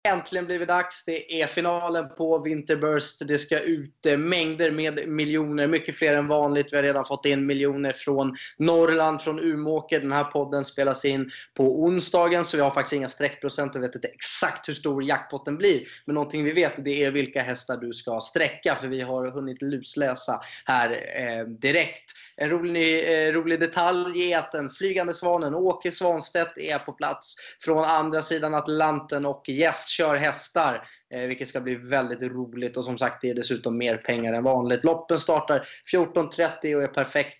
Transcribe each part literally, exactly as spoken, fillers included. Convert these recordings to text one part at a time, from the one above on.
äntligen blivit dags. Det är finalen på Winterburst. Det ska ut mängder med miljoner. Mycket fler än vanligt. Vi har redan fått in miljoner från Norrland, från Umeåker. Den här podden spelas in på onsdagen. Så vi har faktiskt inga streckprocent och vet inte exakt hur stor jackpotten blir. Men någonting vi vet, det är vilka hästar du ska sträcka. För vi har hunnit lusläsa här eh, direkt. En rolig, eh, rolig detalj är att den flygande svanen Åke Svanstedt är på plats från andra sidan Atlanten och gästkör hästar, eh, vilket ska bli väldigt roligt. Och som sagt, det är dessutom mer pengar än vanligt. Loppen startar fjorton trettio och är perfekt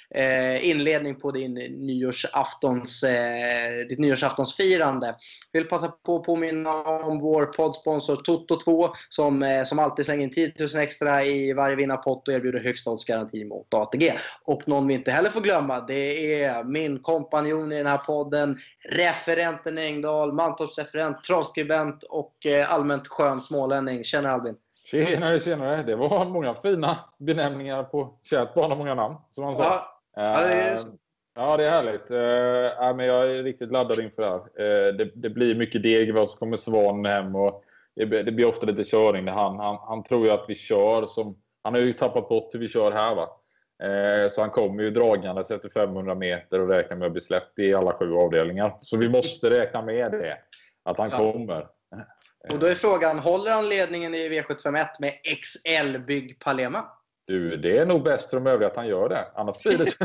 eh, inledning på din nyårsaftons, eh, ditt nyårsaftonsfirande. Jag vill passa på att påminna om vår poddsponsor Toto två som, eh, som alltid slänger in tio tusen extra i varje vinnarpott och erbjuder högsta oddsgaranti mot A T G. Och någon vi inte heller får glömma, det är min kompanjon i den här podden, referenten Engdahl, Mantorpsreferent, travskribent och eh, allmänt skön smålänning. Tjena Albin. Tjenare, tjenare. Det var många fina benämningar på kärt barn och många namn, som man sa. Ja, ja, det är... ja, det är härligt. Uh, ja, men jag är riktigt laddad inför det här. Uh, det, det blir mycket deg, vad så kommer Svan hem och det, det blir ofta lite körning. Han, han, han tror ju att vi kör som... Han har ju tappat bort hur vi kör här, va? Uh, så han kommer ju dragandes efter femhundra meter och räknar med att bli släppt i alla sju avdelningar. Så vi måste räkna med det, att han ja. kommer. Och då är frågan, håller han ledningen i V sjuttiofem med X L-bygg Palema? Du, det är nog bäst för de övriga att han gör det. Annars blir det...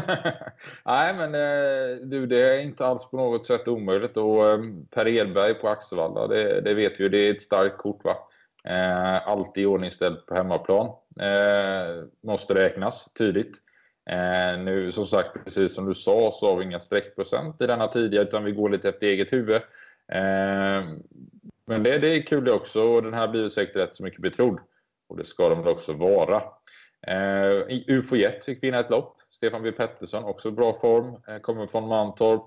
Nej, men du, det är inte alls på något sätt omöjligt. Och Per Edberg på Axevalla, det, det vet vi ju, det är ett starkt kort, va? Eh, alltid ordningställt på hemmaplan. Eh, måste räknas tidigt. Eh, nu, som sagt, precis som du sa, så har vi inga streckprocent i denna tidiga, utan vi går lite efter eget huvud. Eh, men det, det är kul det också, och den här blir säkert rätt så mycket betrodd. Och det ska de väl också vara. Eh, I U F O Jet fick vinna ett lopp. Stefan B. Pettersson, också bra form. Eh, kommer från Mantorp.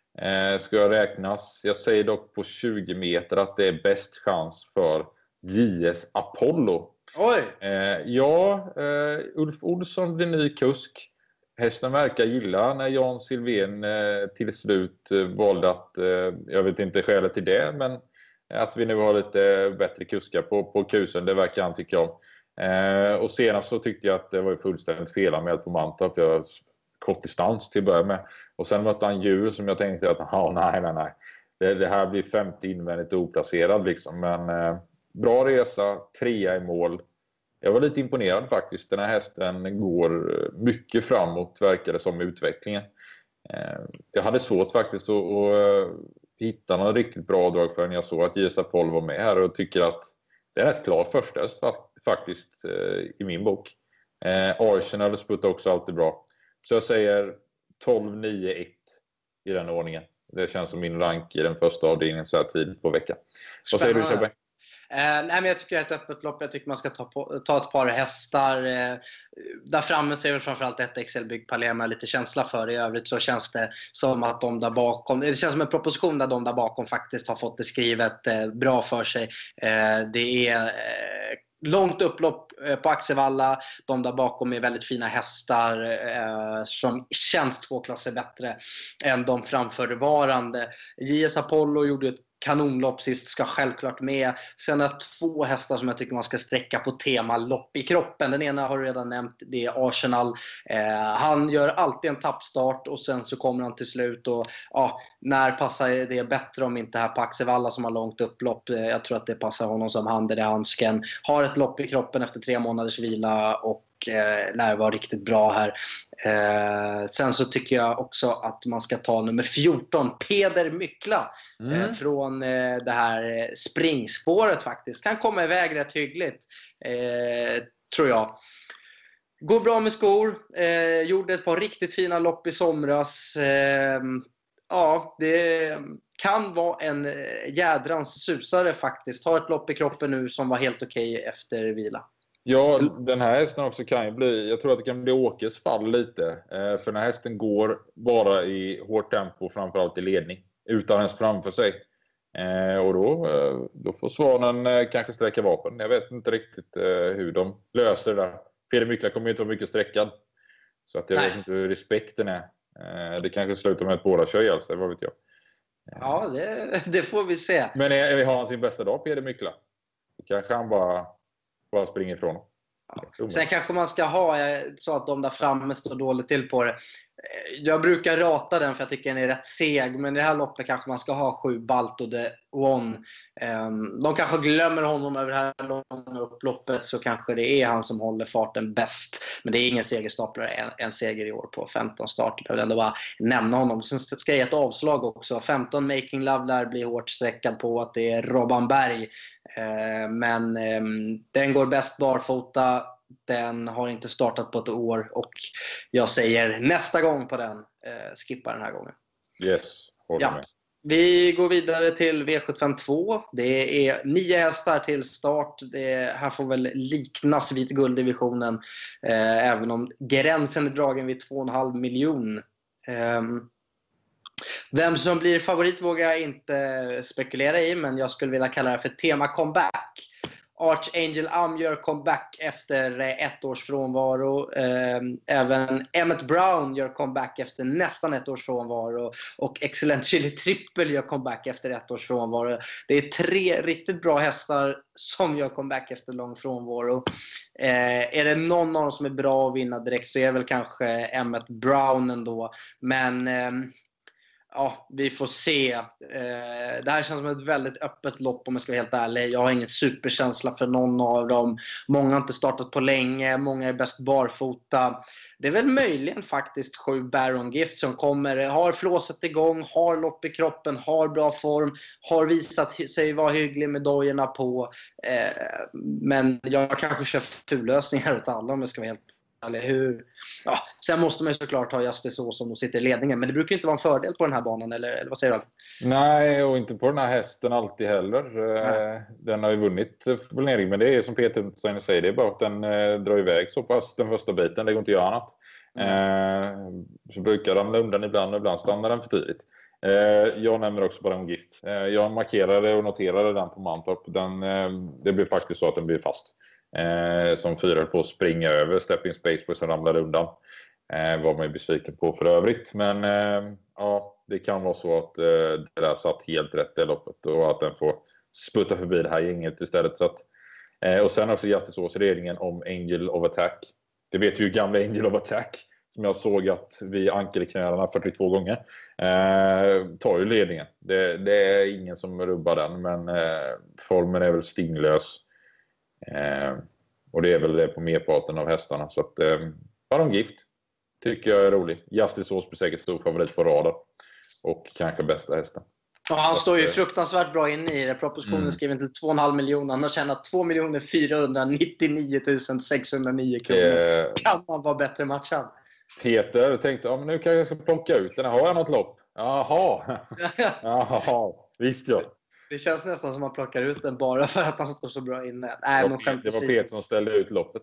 Eh, ska jag räknas. Jag säger dock på tjugo meter att det är bäst chans för J S Apollo. Oj! Eh, ja, eh, Ulf Olsson blir ny kusk. Hästen verkar gilla när Jan Silvén eh, till slut eh, valde att, eh, jag vet inte skälet till det, men att vi nu har lite bättre kuskar på, på kusen, det verkar han tycka om. Eh, och senast så tyckte jag att det var fullständigt felanmält på Mantorp. Jag har kort distans till att börja med. Och sen mötte han djur som jag tänkte att oh, nej, nej, nej. Det, det här blir femtio invändigt oplacerad liksom. Men eh, bra resa, trea i mål. Jag var lite imponerad faktiskt. Den här hästen går mycket framåt, verkar det som, utvecklingen. Eh, jag hade svårt faktiskt att, att hitta någon riktigt bra drag förrän jag såg att J S Apollo var med här och tycker att det är rätt klar första häst faktiskt eh, i min bok. Eh, Arsenal sputtar också alltid bra. Så jag säger tolv nio ett i den ordningen. Det känns som min rank i den första avdelningen så här tidigt på veckan. Vad säger du, Sebbe? Eh, nej, men jag tycker det är ett öppet lopp. Jag tycker man ska ta, på, ta ett par hästar. Eh, där framme så är väl framförallt ett X L-bygg Palema lite känsla för. I övrigt så känns det som att de där bakom, det känns som en proposition där de där bakom faktiskt har fått det skrivet eh, bra för sig. Eh, det är eh, långt upplopp på Axevalla. De där bakom är väldigt fina hästar eh, som känns två klasser bättre än de framförvarande. J S Apollo gjorde ett kanonlopp sist, ska självklart med. Sen har två hästar som jag tycker man ska sträcka på tema lopp i kroppen. Den ena har du redan nämnt, det är Arsenal. Eh, han gör alltid en tappstart och sen så kommer han till slut. Och ja, när passar det bättre om inte här på Axevalla som har långt upplopp? Eh, jag tror att det passar honom som handen i handsken. Har ett lopp i kroppen efter tre månaders vila och Eh, lär vara riktigt bra här. Eh, sen så tycker jag också att man ska ta nummer fjorton, Peder Mykla, mm. eh, från eh, det här springspåret faktiskt. Kan komma iväg rätt hyggligt, eh, tror jag. Går bra med skor. Eh, gjorde ett par riktigt fina lopp i somras. Eh, ja, det kan vara en jädrans susare faktiskt. Har ett lopp i kroppen nu som var helt okej efter vila. Ja, den här hästen också kan ju bli, jag tror att det kan bli Åkes fall lite. Eh, för den här hästen går bara i hårt tempo, framförallt i ledning, utan ens framför sig. Eh, och då, eh, då får Svanen eh, kanske sträcka vapen. Jag vet inte riktigt eh, hur de löser det där. Peder Mykla kommer ju inte vara mycket sträckad. Så att jag Nej. vet inte hur respekten är. Eh, det kanske slutar med att båda kör ihjäl sig, vad vet jag. Ja, det, det får vi se. Men är, är, har han sin bästa dag, Peder Mykla? Kanske han bara, bara springer ifrån. Ja. Sen kanske man ska ha, jag sa att de där framme står dåligt till på det. Jag brukar rata den för jag tycker den är rätt seg. Men i det här loppet kanske man ska ha sju Balto de One. De kanske glömmer honom över det här långa upploppet. Så kanske det är han som håller farten bäst. Men det är ingen segerstaplare, en, en seger i år på femton starter. Jag vill ändå bara nämna honom. Sen ska jag ge ett avslag också. femton Making Love lär bli hårt sträckad på att det är Robban Berg. Men den går bäst barfota. Den har inte startat på ett år och jag säger nästa gång på den. Eh, skippa den här gången. Yes, håller ja. med. Vi går vidare till V sjuttiofem-två. Det är nio hästar till start. Det här får väl liknas vid gulddivisionen. Eh, även om gränsen är dragen vid två och en halv miljon. Eh, vem som blir favorit vågar jag inte spekulera i. Men jag skulle vilja kalla det för tema comeback. Archangel Am gör comeback efter ett års frånvaro. Även Emmett Brown gör comeback efter nästan ett års frånvaro. Och Excellent Chili Triple gör comeback efter ett års frånvaro. Det är tre riktigt bra hästar som gör comeback efter lång frånvaro. Är det någon av dem som är bra att vinna direkt så är det väl kanske Emmett Brown ändå. Men... ja, vi får se. Eh, det här känns som ett väldigt öppet lopp om jag ska vara helt ärlig. Jag har ingen superkänsla för någon av dem. Många har inte startat på länge. Många är bäst barfota. Det är väl möjligen faktiskt sju Baron Gift som kommer. Har flåset igång, har lopp i kroppen, har bra form. Har visat sig vara hygglig med dojorna på. Eh, men jag kanske kör fullösningar åt alla om jag ska vara helt eller hur? Ja, sen måste man ju såklart ha Justice så som de sitter i ledningen. Men det brukar inte vara en fördel på den här banan, eller, eller vad säger du? Nej, och inte på den här hästen alltid heller. Nej. Den har ju vunnit fulnering, men det är som Peter säger, det är bara att den eh, drar iväg så pass den första biten. Det går inte att göra annat. Eh, så brukar den undan ibland och ibland stannar den för tidigt. Eh, jag nämner också bara en gift. Eh, jag markerade och noterade den på Mantorp. Den, eh, det blir faktiskt så att den blir fast. Eh, som fyra på att springa över Stepping Spaceboy som ramlade undan. Eh, var man ju besviken på för övrigt. Men eh, ja, det kan vara så att eh, det där satt helt rätt i loppet och att den får sputta förbi det här gänget istället. Så att, eh, och sen också Justice-ledningen om Angel of Attack. Det vet ju gamla Angel of Attack som jag såg att vi ankade knälarna fyrtiotvå gånger. Eh, tar ju ledningen. Det, det är ingen som rubbar den, men eh, formen är väl stinglös. Eh, och det är väl det på merparten av hästarna. Så att eh, Baron Gift tycker jag är rolig. Justice Sauce blir säkert stor favorit på raden. Och kanske bästa hästen. Ja, han så står ju att, fruktansvärt bra inne i det. Propositionen mm. skriver inte två och en halv miljon. Han har tjänat två miljoner fyrahundranittionio tusen sexhundranio kronor. Eh, kan man vara bättre matchad? Peter tänkte, ja, men nu kan jag ska plocka ut den. Har jag något lopp? Jaha. Jaha, visst ja. Det känns nästan som att man plockar ut den bara för att han står så bra inne. Nej, det, var, men det var Peter som ställde ut loppet.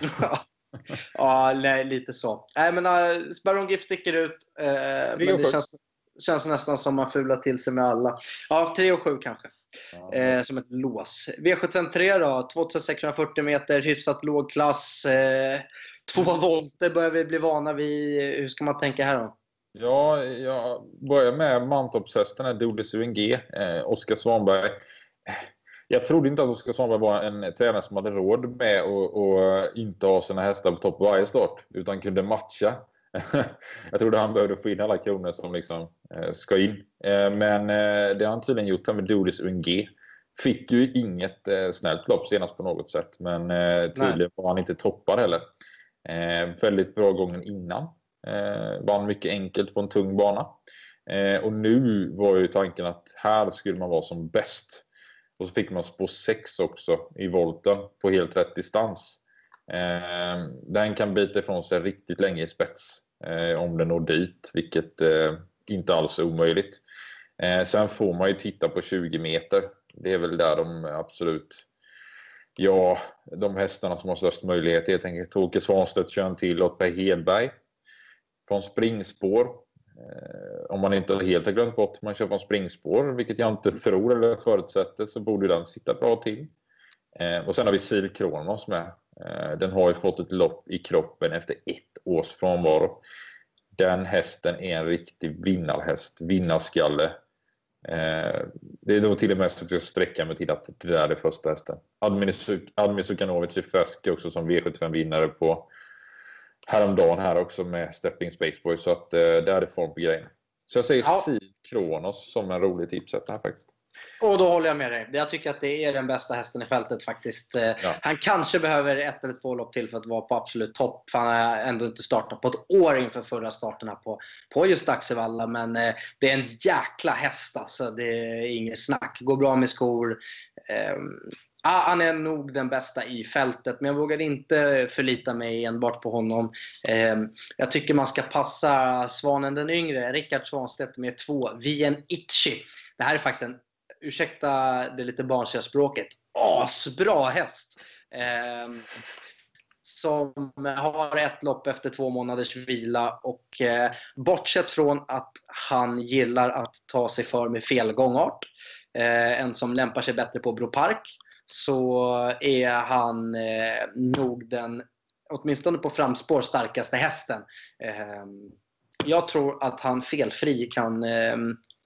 Ja, lite så. Nej, men uh, Baron Gift sticker ut. Uh, men det känns, känns nästan som att man fular till sig med alla. Ja, tre och sju kanske. Ja. Uh, som ett lås. V sjuttiofem då, tvåtusensexhundrafyrtio meter, hyfsat låg klass. Uh, två volter börjar vi bli vana vid. Hur ska man tänka här då? Ja, jag börjar med Mantorpshästen, Doodles U N G, eh, Oskar Svanberg. Jag trodde inte att Oskar Svanberg var en tränare som hade råd med att och inte ha sina hästar på topp varje start, utan kunde matcha. Jag trodde han behövde få in alla kronor som liksom eh, ska in. Eh, men eh, det har han tydligen gjort här med Doodles U N G. Fick ju inget eh, snällt lopp senast på något sätt, men eh, tydligen var han inte toppad heller. Eh, väldigt bra gången innan. Eh, vann mycket enkelt på en tung bana. Eh, och nu var ju tanken att här skulle man vara som bäst. Och så fick man spår sex också i volten på helt rätt distans. Eh, den kan bita ifrån sig riktigt länge i spets. Eh, om den når dit, vilket eh, inte alls är omöjligt. Eh, sen får man ju titta på tjugo meter. Det är väl där de absolut... Ja, de hästarna som har störst möjlighet helt enkelt. Åke Svanstedt kör en till åt Per Hedberg. Från springspår. Eh, om man inte helt har glömt bort man kör från springspår, vilket jag inte tror eller förutsätter, så borde den sitta bra till. Eh, och sen har vi Sil Kronos med. Eh, den har ju fått ett lopp i kroppen efter ett års frånvaro. Den hästen är en riktig vinnarhäst, vinnarskalle. Eh, det är nog till och med så att jag sträcker mig till att det där är det första hästen. Admir Sukanovic är färsk också som V sjuttiofem-vinnare på häromdagen här också med Stepping Spaceboy. Så att eh, där är det form på grejen. Så jag säger ja. Seed Kronos som en rolig tipset här faktiskt. Och då håller jag med dig. Jag tycker att det är den bästa hästen i fältet faktiskt. Ja. Han kanske behöver ett eller två lopp till för att vara på absolut topp. För han har ändå inte startat på ett år inför förra starten här på, på just Axevalla. Men eh, det är en jäkla häst alltså. Det är inget snack. Går bra med skor. Eh, ah, han är nog den bästa i fältet. Men jag vågar inte förlita mig enbart på honom. Eh, jag tycker man ska passa Svanen den yngre. Rickard Svanstedt med två. Vien Itchy. Det här är faktiskt en, ursäkta det lite barnsliga språket, asbra häst. Eh, som har ett lopp efter två månaders vila. Och eh, bortsett från att han gillar att ta sig för med fel gångart. Eh, en som lämpar sig bättre på Bro Park. Så är han eh, nog den, åtminstone på framspår, starkaste hästen. Eh, jag tror att han felfri kan eh,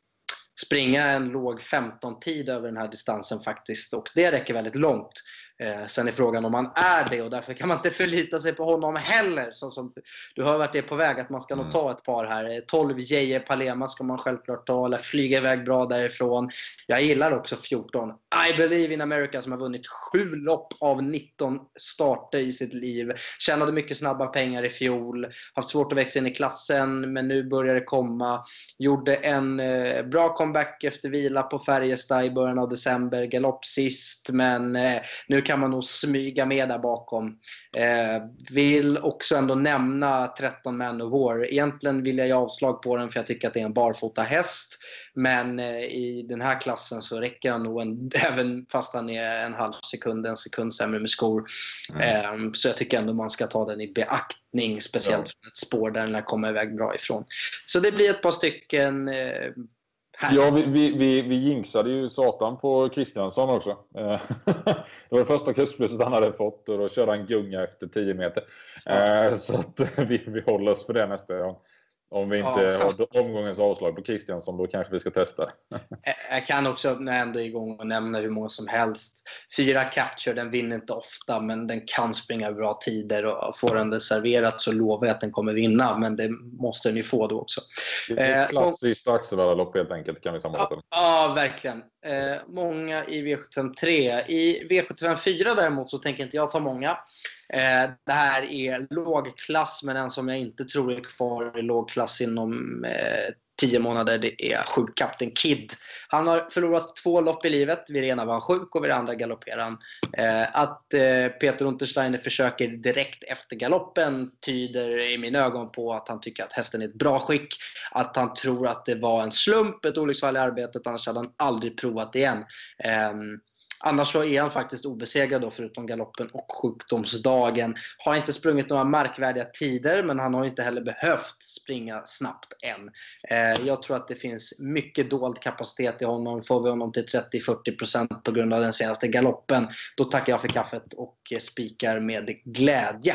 springa en låg femton-tid över den här distansen faktiskt. Och det räcker väldigt långt. Eh, sen är frågan om han är det. Och därför kan man inte förlita sig på honom heller. Så som du har varit det på väg att man ska mm. nog ta ett par här. tolv Jeje Palema ska man självklart ta. Eller flyga iväg bra därifrån. Jag gillar också fjorton I Believe in America som har vunnit sju lopp av nitton starter i sitt liv. Tjänade mycket snabba pengar i fjol. Haft svårt att växa in i klassen. Men nu börjar det komma. Gjorde en eh, bra comeback efter vila på Färjestad i början av december. Galopp sist. Men eh, nu kan man nog smyga med där bakom. Eh, vill också ändå nämna tretton Man of War. Egentligen vill jag ge avslag på den för jag tycker att det är en barfota häst. Men eh, i den här klassen så räcker han nog en, även fast han är en halv sekund, en sekund sämre med skor. Mm. Eh, så jag tycker ändå man ska ta den i beaktning. Speciellt ja. Från ett spår där den kommer iväg bra ifrån. Så det blir ett par stycken... Eh, Här. Ja, vi, vi, vi, vi jinxade ju satan på Kristiansson också. Det var det första kustplusset han hade fått och då körde han gunga efter tio meter. Ja. Så att vi, vi håller oss för det nästa gång. Om vi inte ja. har omgångens avslag på Kristiansson, då kanske vi ska testa. Jag kan också när jag ändå är igång och nämna hur många som helst. Fyra Capture, den vinner inte ofta, men den kan springa bra tider. Och får den det serverat så lovar jag att den kommer vinna. Men det måste den ju få då också. Det är ett klassiskt Axevalla-lopp helt enkelt, kan vi sammanfatta. Ja, ja, verkligen. Eh, många i V sjuttiofem tre. I V sjuttiofem fyra däremot så tänker inte jag ta många. Eh, det här är lågklass, men en som jag inte tror är kvar i lågklass inom eh, tio månader, det är sju Captain Kid. Han har förlorat två lopp i livet. Vid det ena var han sjuk och vid det andra galopperar han. Eh, att eh, Peter Untersteiner försöker direkt efter galoppen tyder i mina ögon på att han tycker att hästen är ett bra skick. Att han tror att det var en slump, ett olycksfall i arbetet, annars hade han aldrig provat igen. Eh, Annars så är han faktiskt obesegrad då, förutom galoppen och sjukdomsdagen. Har inte sprungit några märkvärdiga tider, men han har inte heller behövt springa snabbt än. Eh, jag tror att det finns mycket dold kapacitet i honom. Får vi honom till trettio till fyrtio procent på grund av den senaste galoppen, då tackar jag för kaffet och spikar med glädje.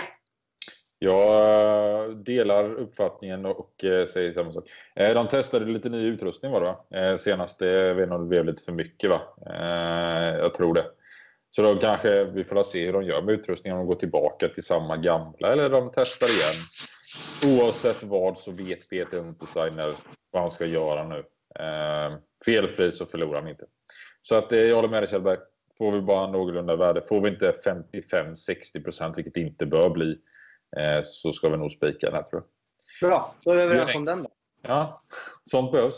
Jag delar uppfattningen och säger samma sak. De testade lite ny utrustning var det va? Senast det vet nog blev lite för mycket va? Jag tror det. Så då kanske vi får se hur de gör med utrustningen, om de går tillbaka till samma gamla eller de testar igen. Oavsett vad så vet Peter Untersteiner vad han ska göra nu. Felfri så förlorar han inte. Så att jag håller med dig Kjellberg. Får vi bara någorlunda värde. Får vi inte femtiofem till sextio procent, vilket inte bör bli, så ska vi nog spika den här tror jag. Bra, då är vi överens om den då. Ja, sånt behövs.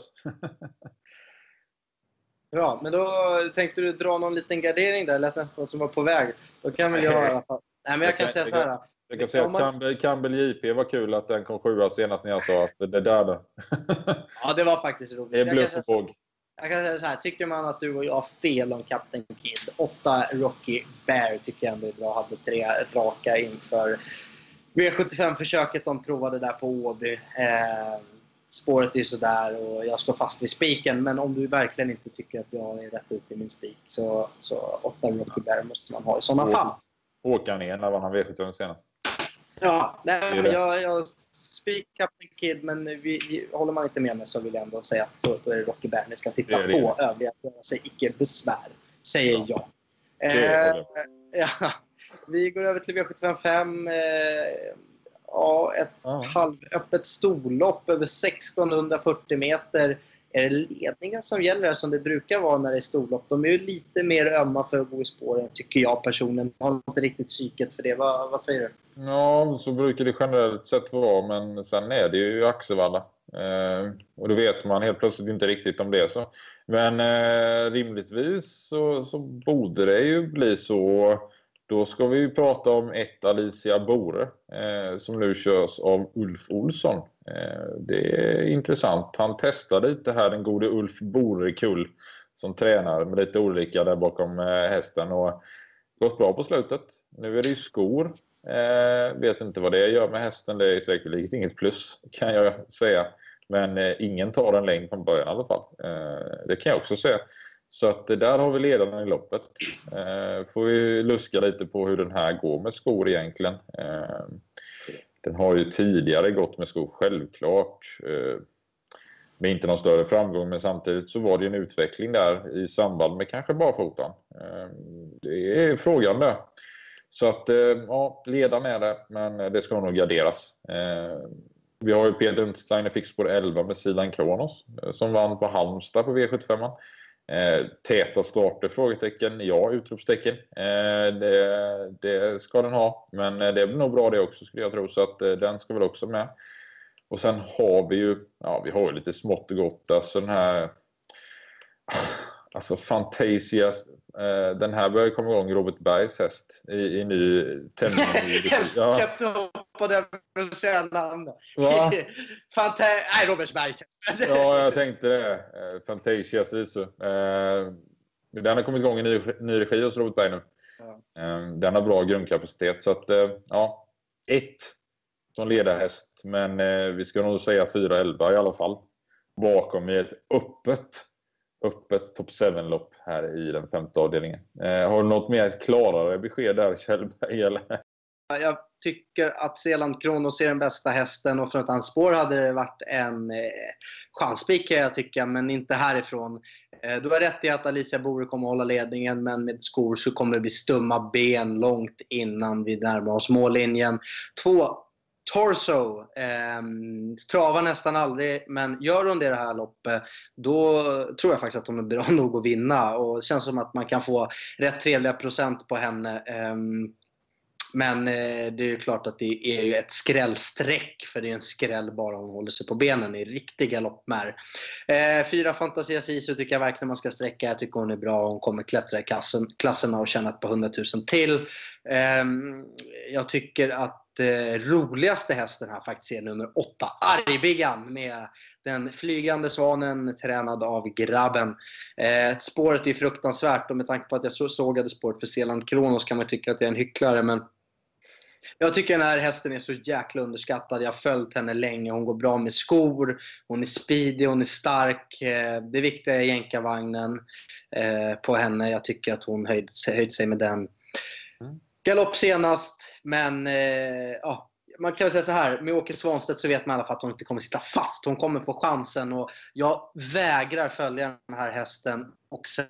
Bra, men då tänkte du dra någon liten gardering där, lät nästan som var på väg. Då kan väl jag i alla fall. Nej, men jag, jag kan, kan säga så här. Jag kan säga att Campbell, Campbell J P var kul att den kom sjua senast när jag sa att det där då. Ja, det var faktiskt roligt. Det är bluff och båg. Jag kan säga så här, tycker man att du och jag har fel om Captain Kid? Åtta Rocky Bear tycker jag ändå är bra. Hade tre raka inför V sjuttiofem-försöket de provade där på Åby. Eh, spåret är ju sådär och jag står fast vid spiken. Men om du verkligen inte tycker att jag är rätt ut i min spik, så, så åtta Rocky Bear måste man ha i sådana fall. Håkan är när var han V sjuttiofem senast? Ja, nej, men jag, jag spik Captain Kid, men vi, håller man inte med mig så vill jag ändå säga att då, då är det Rocky Bear ni ska titta det det. på. Övriga göra sig icke besvär, säger ja. jag. Eh, ja. Vi går över till V sjuttiofem. Eh, ja, ett ja. halvöppet storlopp över sextonhundrafyrtio meter. Är det ledningen som gäller som det brukar vara när det är storlopp? De är ju lite mer ömma för att gå i spåren, tycker jag personligen. Jag har inte riktigt psyket för det. Vad, vad säger du? Ja, så brukar det generellt sett vara, men sen är det ju Axevalla. Eh, och då vet man helt plötsligt inte riktigt om det är så. Men eh, rimligtvis så, så borde det ju bli så. Då ska vi ju prata om ett Alicia Bore eh, som nu körs av Ulf Olsson. Eh, det är intressant. Han testar lite här, den gode Ulf Borekull som tränar med lite olika där bakom eh, hästen och gått bra på slutet. Nu är det ju skor. Eh, vet inte vad det gör med hästen. Det är säkert inget plus kan jag säga. Men eh, ingen tar en längd från början i alla fall. Eh, det kan jag också säga. Så att där har vi ledaren i loppet. Eh, får vi luska lite på hur den här går med skor egentligen. Eh, den har ju tidigare gått med skor självklart. Eh, med inte någon större framgång, men samtidigt så var det en utveckling där i samband med kanske barfotan. Eh, det är frågan där. Så att eh, ja, ledaren är det, men det ska nog garderas. Eh, vi har ju Peter Untersteiner fick på elva med Silan Kronos eh, som vann på Halmstad på V sjuttiofem. Eh, täta starter, frågetecken, ja, utropstecken. Eh, det, det ska den ha, men det blir nog bra det också skulle jag tro, så att eh, den ska väl också med. Och sen har vi ju, ja, vi har ju lite smått och gott, alltså den här, alltså Fantasia, eh, den här börjar komma igång, Robert Bergs häst i, i ny tändning. Ja. Jag på det för att säga namn. Fanta- Nej, Robert Bergs häst. Ja, jag tänkte det. Fantasia Sisu. Eh, den har kommit igång i ny, ny regi hos Robert Berg nu. Ja. Eh, den har bra grundkapacitet, så att eh, ja, ett som ledarhäst, men eh, vi ska nog säga fyra elva i alla fall. Bakom i ett öppet öppet top sju-lopp här i den femte avdelningen. Eh, har du något mer klarare besked där, Kjellberg? Eller? Jag tycker att Zeeland Kronos är den bästa hästen, och från ett annat spår hade det varit en eh, chanspik kan jag tycka, men inte härifrån. Eh, du har rätt i att Alicia Bore kommer att hålla ledningen, men med skor så kommer det bli stumma ben långt innan vi närmar oss mållinjen. Två Torso eh, travar nästan aldrig, men gör hon det, det här loppet, då tror jag faktiskt att hon är bra nog att vinna, och det känns som att man kan få rätt trevliga procent på henne. eh, men eh, det är ju klart att det är ju ett skrällsträck, för det är en skräll bara hon håller sig på benen i riktiga loppmär. Eh, fyra Fantasia Sisu tycker jag verkligen man ska sträcka. Jag tycker hon är bra, hon kommer klättra i klassen, klasserna och tjäna ett par hundratusen till. eh, jag tycker att Eh, roligaste hästen här faktiskt är nummer åtta, Argbiggan, med den flygande svanen tränad av grabben. Eh, spåret är fruktansvärt, och med tanke på att jag så sågade spåret för Zeeland Kronos kan man tycka att jag är en hycklare, men jag tycker den här hästen är så jäkla underskattad. Jag har följt henne länge, hon går bra med skor, hon är speedy, hon är stark. Eh, det viktiga är jänkarvagnen eh, på henne. Jag tycker att hon höjt, höjt sig med den. Mm. Galopp senast, men eh, ja, man kan väl säga så här, med Åke Svanstedt så vet man i alla fall att hon inte kommer sitta fast. Hon kommer få chansen, och jag vägrar följa den här hästen och sen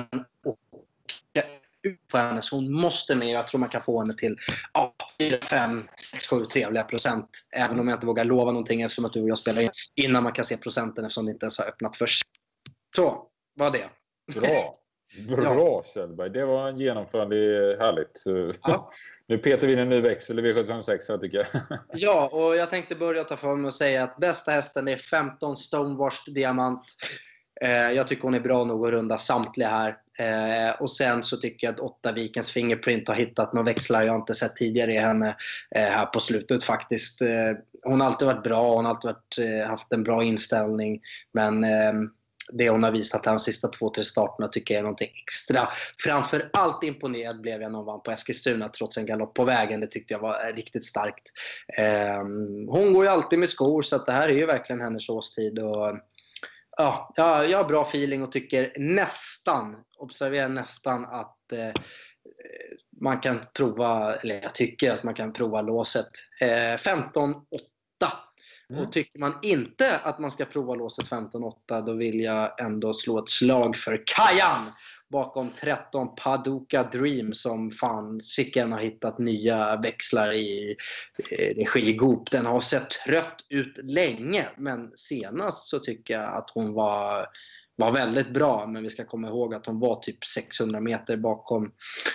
åka ut på henne. Så hon måste med, jag tror man kan få henne till ja, fem, sex, sju trevliga procent. Även om jag inte vågar lova någonting eftersom att du och jag spelar in innan man kan se procenten, eftersom det inte ens har öppnat först. Så, vad det? Bra. Bra, ja. Kjellberg. Det var en genomförande härligt. Ja. Nu petar vi in en ny växel i V sjuttiofem här tycker jag. Ja, och jag tänkte börja ta för mig och säga att bästa hästen är femton Stonewashed Diamant. Eh, jag tycker hon är bra nog att runda samtliga här. Eh, och sen så tycker jag att åtta Vikens Fingerprint har hittat några växlar jag inte sett tidigare i henne eh, här på slutet faktiskt. Eh, hon har alltid varit bra, hon har alltid varit, eh, haft en bra inställning, men eh, det hon har visat här de sista två, tre starterna tycker jag är någonting extra. Framför allt imponerad blev jag när hon vann på Eskilstuna trots en galopp på vägen. Det tyckte jag var riktigt starkt. Eh, hon går ju alltid med skor, så att det här är ju verkligen hennes årstid. Och, ja, jag har bra feeling och tycker nästan, observera nästan att eh, man kan prova, eller jag tycker att man kan prova låset. Eh, femton åtta Mm. Och tycker man inte att man ska prova låset femton åtta, då vill jag ändå slå ett slag för Kajan bakom tretton Paducah Dream, som fan sicken har hittat nya växlar i regi Goop. Den har sett trött ut länge, men senast så tycker jag att hon var, var väldigt bra. Men vi ska komma ihåg att hon var typ sexhundra meter bakom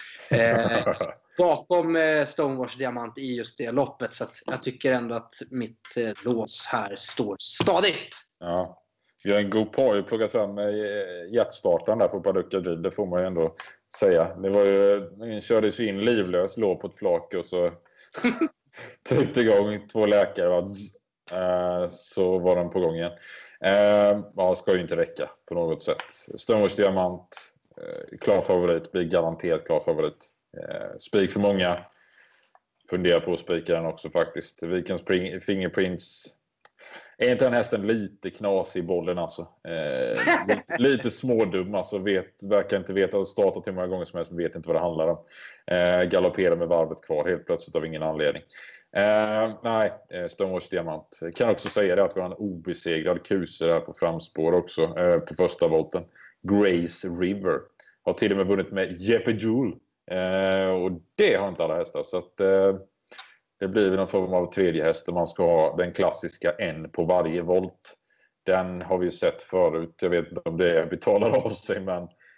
eh, bakom eh, Stonewash Diamant i just det loppet. Så att jag tycker ändå att mitt eh, lås här står stadigt. Ja. Björn Goop har ju plockat fram hjärtstartaren där på Paducah Dream, det får man ju ändå säga. Det var ju, den kördes ju in livlös, låg på ett flak och så tryckte igång två läkare, uh, så var den på gång igen. Uh, ja, ska ju inte räcka på något sätt. Stonewash Diamant, uh, klar favorit, blir garanterat klar favorit. Uh, spik för många. Funderar på att spika den också faktiskt. Vikens Fingerprints. Är inte den hästen lite knasig i bollen alltså? Eh, lite, lite smådum alltså. Vet, verkar inte veta att starta till många gånger som helst. Vet inte vad det handlar om. Eh, galopperar med varvet kvar helt plötsligt av ingen anledning. Eh, nej, Stonewash Diamant. Kan också säga det att vi har en obesegrad kuse där på framspår också. Eh, på första volten. Grace River. Har till och med vunnit med Jeppe Joule. Eh, och det har inte alla hästar. Så att... Eh, Det blir väl någon form av tredje häst och man ska ha den klassiska en på varje volt. Den har vi sett förut. Jag vet inte om det betalar av sig, men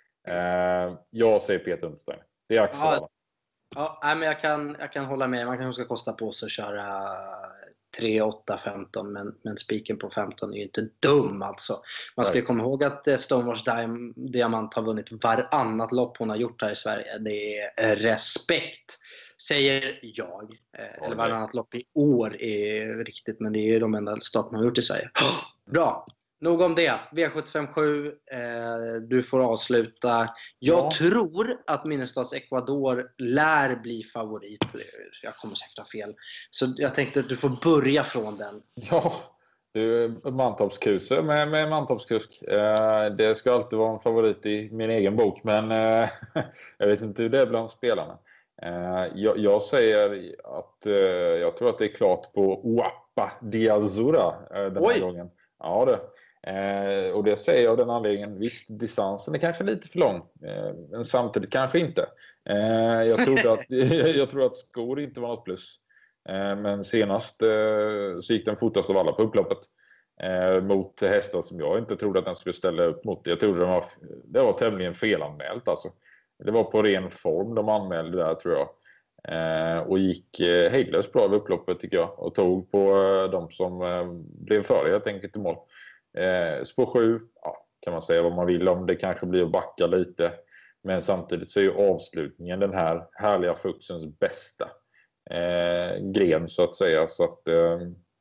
eh, jag säger Peter Untersteiner. Det är Axel. Ja, ja, men jag kan, jag kan hålla med. Man kanske ska kosta på sig att köra tre, åtta, femton, men, men spiken på femton är ju inte dum alltså. Man ska ju komma ihåg att Stonewash Diamant har vunnit varannat lopp hon har gjort här i Sverige. Det är respekt, säger jag. Okay. Eller varannat lopp i år är riktigt, men det är ju de enda start man har gjort i Sverige. Bra! Nog om det. V sjuttiofem sju, eh, du får avsluta. Jag ja. tror att Minnestads Ecuador lär bli favorit. Jag kommer säkert ha fel. Så jag tänkte att du får börja från den. Ja, du, Mantorpskuse med, med Mantorpskusk. Eh, det ska alltid vara en favorit i min egen bok, men eh, jag vet inte hur det är bland spelarna. Eh, jag, jag säger att eh, jag tror att det är klart på Uapa Diazura eh, den här Oj. gången. Ja, det. Eh, och det säger jag av den anledningen. Visst, distansen är kanske lite för lång, eh, men samtidigt kanske inte. Eh, jag trodde att jag tror att skor inte var något plus. Eh, men senast eh, så gick den fortast av alla på upploppet eh, mot hästar som jag inte trodde att den skulle ställa upp mot. Jag trodde det var, det var tämligen felanmält alltså. Det var på ren form de anmälde där, tror jag. Eh, och gick eh, hejdlöst bra över upploppet tycker jag. Och tog på eh, de som eh, blev före helt enkelt i mål. Eh, spår sju, ja, kan man säga vad man vill om. Det kanske blir att backa lite. Men samtidigt så är ju avslutningen den här härliga fuxens bästa eh, gren så att säga. Så att, eh,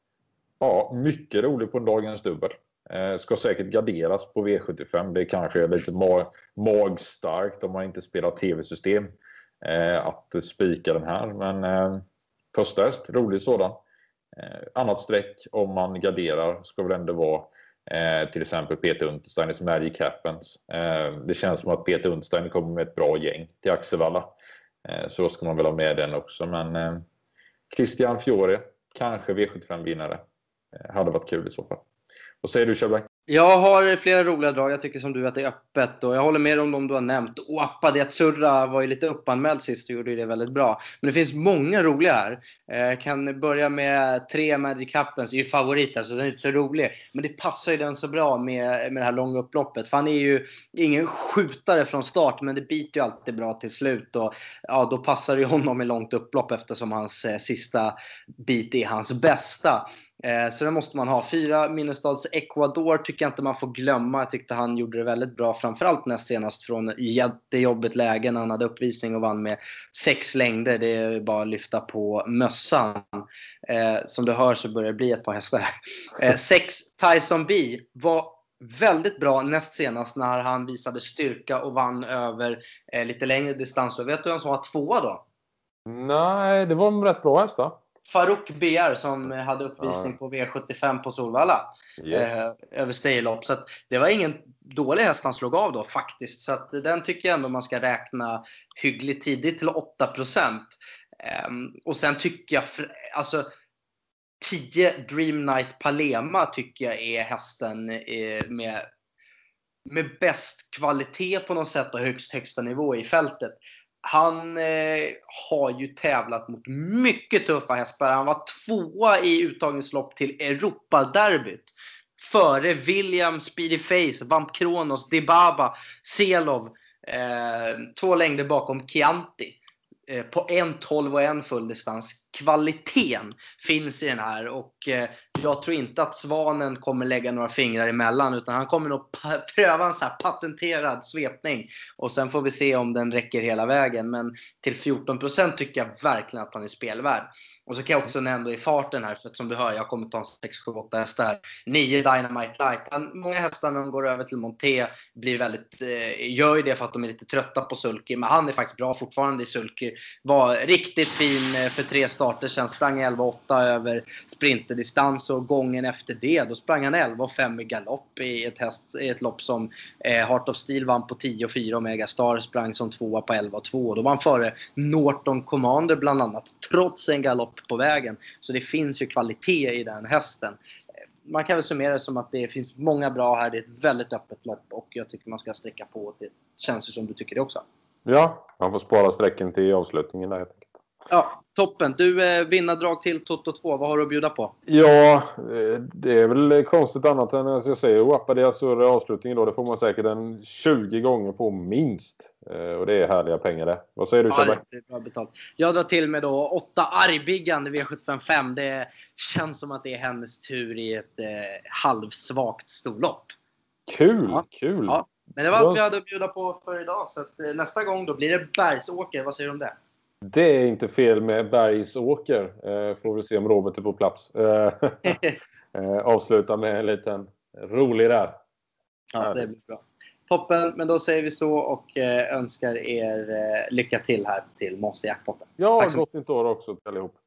ja, mycket roligt på dagens dubbel. Eh, ska säkert garderas på V sjuttiofem. Det kanske är lite mag- magstarkt om man inte spelar tv-system. Eh, att spika den här. Men eh, första häst, rolig sådan. Eh, annat streck om man garderar ska väl ändå vara Eh, till exempel Peter Untersteiners Magic Happens. Eh, det känns som att Peter Untersteiner kommer med ett bra gäng till Axevalla. Eh, så ska man väl ha med den också. Men eh, Christian Fiore, kanske V sjuttiofem-vinnare. Eh, hade varit kul i så fall. Vad säger du, Kjellberg? Jag har flera roliga drag. Jag tycker som du att det är öppet. Och jag håller med om de du har nämnt. Oapa Diazura var ju lite uppanmäld sist och gjorde det väldigt bra. Men det finns många roliga här. Jag kan börja med tre Magic Happens. Det är ju favoriter så den är inte så rolig. Men det passar ju den så bra med, med det här långa upploppet. För han är ju ingen skjutare från start. Men det biter ju alltid bra till slut. Och ja, då passar det honom i långt upplopp. Eftersom hans eh, sista bit är hans bästa. Så det måste man ha. Fyra Minnestads Ecuador tycker jag inte man får glömma. Jag tyckte han gjorde det väldigt bra. Framförallt näst senast från jättejobbigt läge när han hade uppvisning och vann med sex längder. Det är bara att lyfta på mössan. Eh, som du hör så börjar det bli ett par hästar. Eh, sex Tyson B var väldigt bra näst senast när han visade styrka och vann över eh, lite längre distans. Och vet du vem som var tvåa då? Nej, det var en rätt bra häst då. Farouk B R som hade uppvisning ja. på V sjuttiofem på Solvalla yes. eh, över stejlopp. Så att det var ingen dålig häst han slog av då faktiskt. Så att den tycker jag ändå man ska räkna hyggligt tidigt till åtta procent. Eh, och sen tycker jag, alltså tio Dream Night Palema tycker jag är hästen eh, med, med bäst kvalitet på något sätt och högst högsta nivå i fältet. Han eh, har ju tävlat mot mycket tuffa hästar. Han var tvåa i uttagningslopp till Europaderbyt. Före William, Speedy Face, Vamp Kronos, Dibaba, Selov. Eh, två längder bakom Chianti. Eh, på en tolv och en full distans. Kvaliteten finns i den här. Och eh, jag tror inte att Svanen kommer lägga några fingrar emellan. Utan han kommer nog pröva en så här patenterad svepning. Och sen får vi se om den räcker hela vägen. Men till fjorton procent tycker jag verkligen att han är spelvärd. Och så kan jag också nämna i farten här, för att som du hör, jag kommer ta sex sju åtta hästar. nio Dynamite Light. Han, många hästar när de går över till Monté blir väldigt, eh, gör ju det för att de är lite trötta på sulky. Men han är faktiskt bra fortfarande i sulky. Var riktigt fin eh, för tre starter. Sen sprang elva åtta över sprinterdistans. Och gången efter det, då sprang han elva fem i galopp i ett, häst, i ett lopp som eh, Heart of Steel vann på tio fyra och Megastar sprang som tvåa på elva två. Då var han före Norton Commander bland annat. Trots en galopp på vägen. Så det finns ju kvalitet i den hästen. Man kan väl summera det som att det finns många bra här. Det är ett väldigt öppet lopp och jag tycker man ska sträcka på. Det känns som du tycker det också. Ja, man får spara sträcken till avslutningen där helt enkelt. Ja, toppen. Du, eh, vinnardrag till Toto två. Vad har du att bjuda på? Ja, det är väl konstigt annat än att jag säger Wappa det alltså avslutningen då. Det får man säkert en tjugo gånger på minst. Och det är härliga pengar det. Vad säger du, ja, Sebbe? det är bra betalt. Jag drar till med då åtta Argbiggan i V sjuttiofem fem. Det känns som att det är hennes tur i ett eh, halvsvagt storlopp. Kul, ja. kul. Ja. Men det var allt vi hade att bjuda på för idag. Så att, eh, nästa gång då blir det Bergsåker. Vad säger du om det? Det är inte fel med Bergsåker. Eh, får vi se om Robert är på plats. Eh, eh, avsluta med en liten rolig där. Ja, det blir bra. Toppen, men då säger vi så och eh, önskar er eh, lycka till här till Mosse Jackpotten. Ja, gott nytt år också till allihop.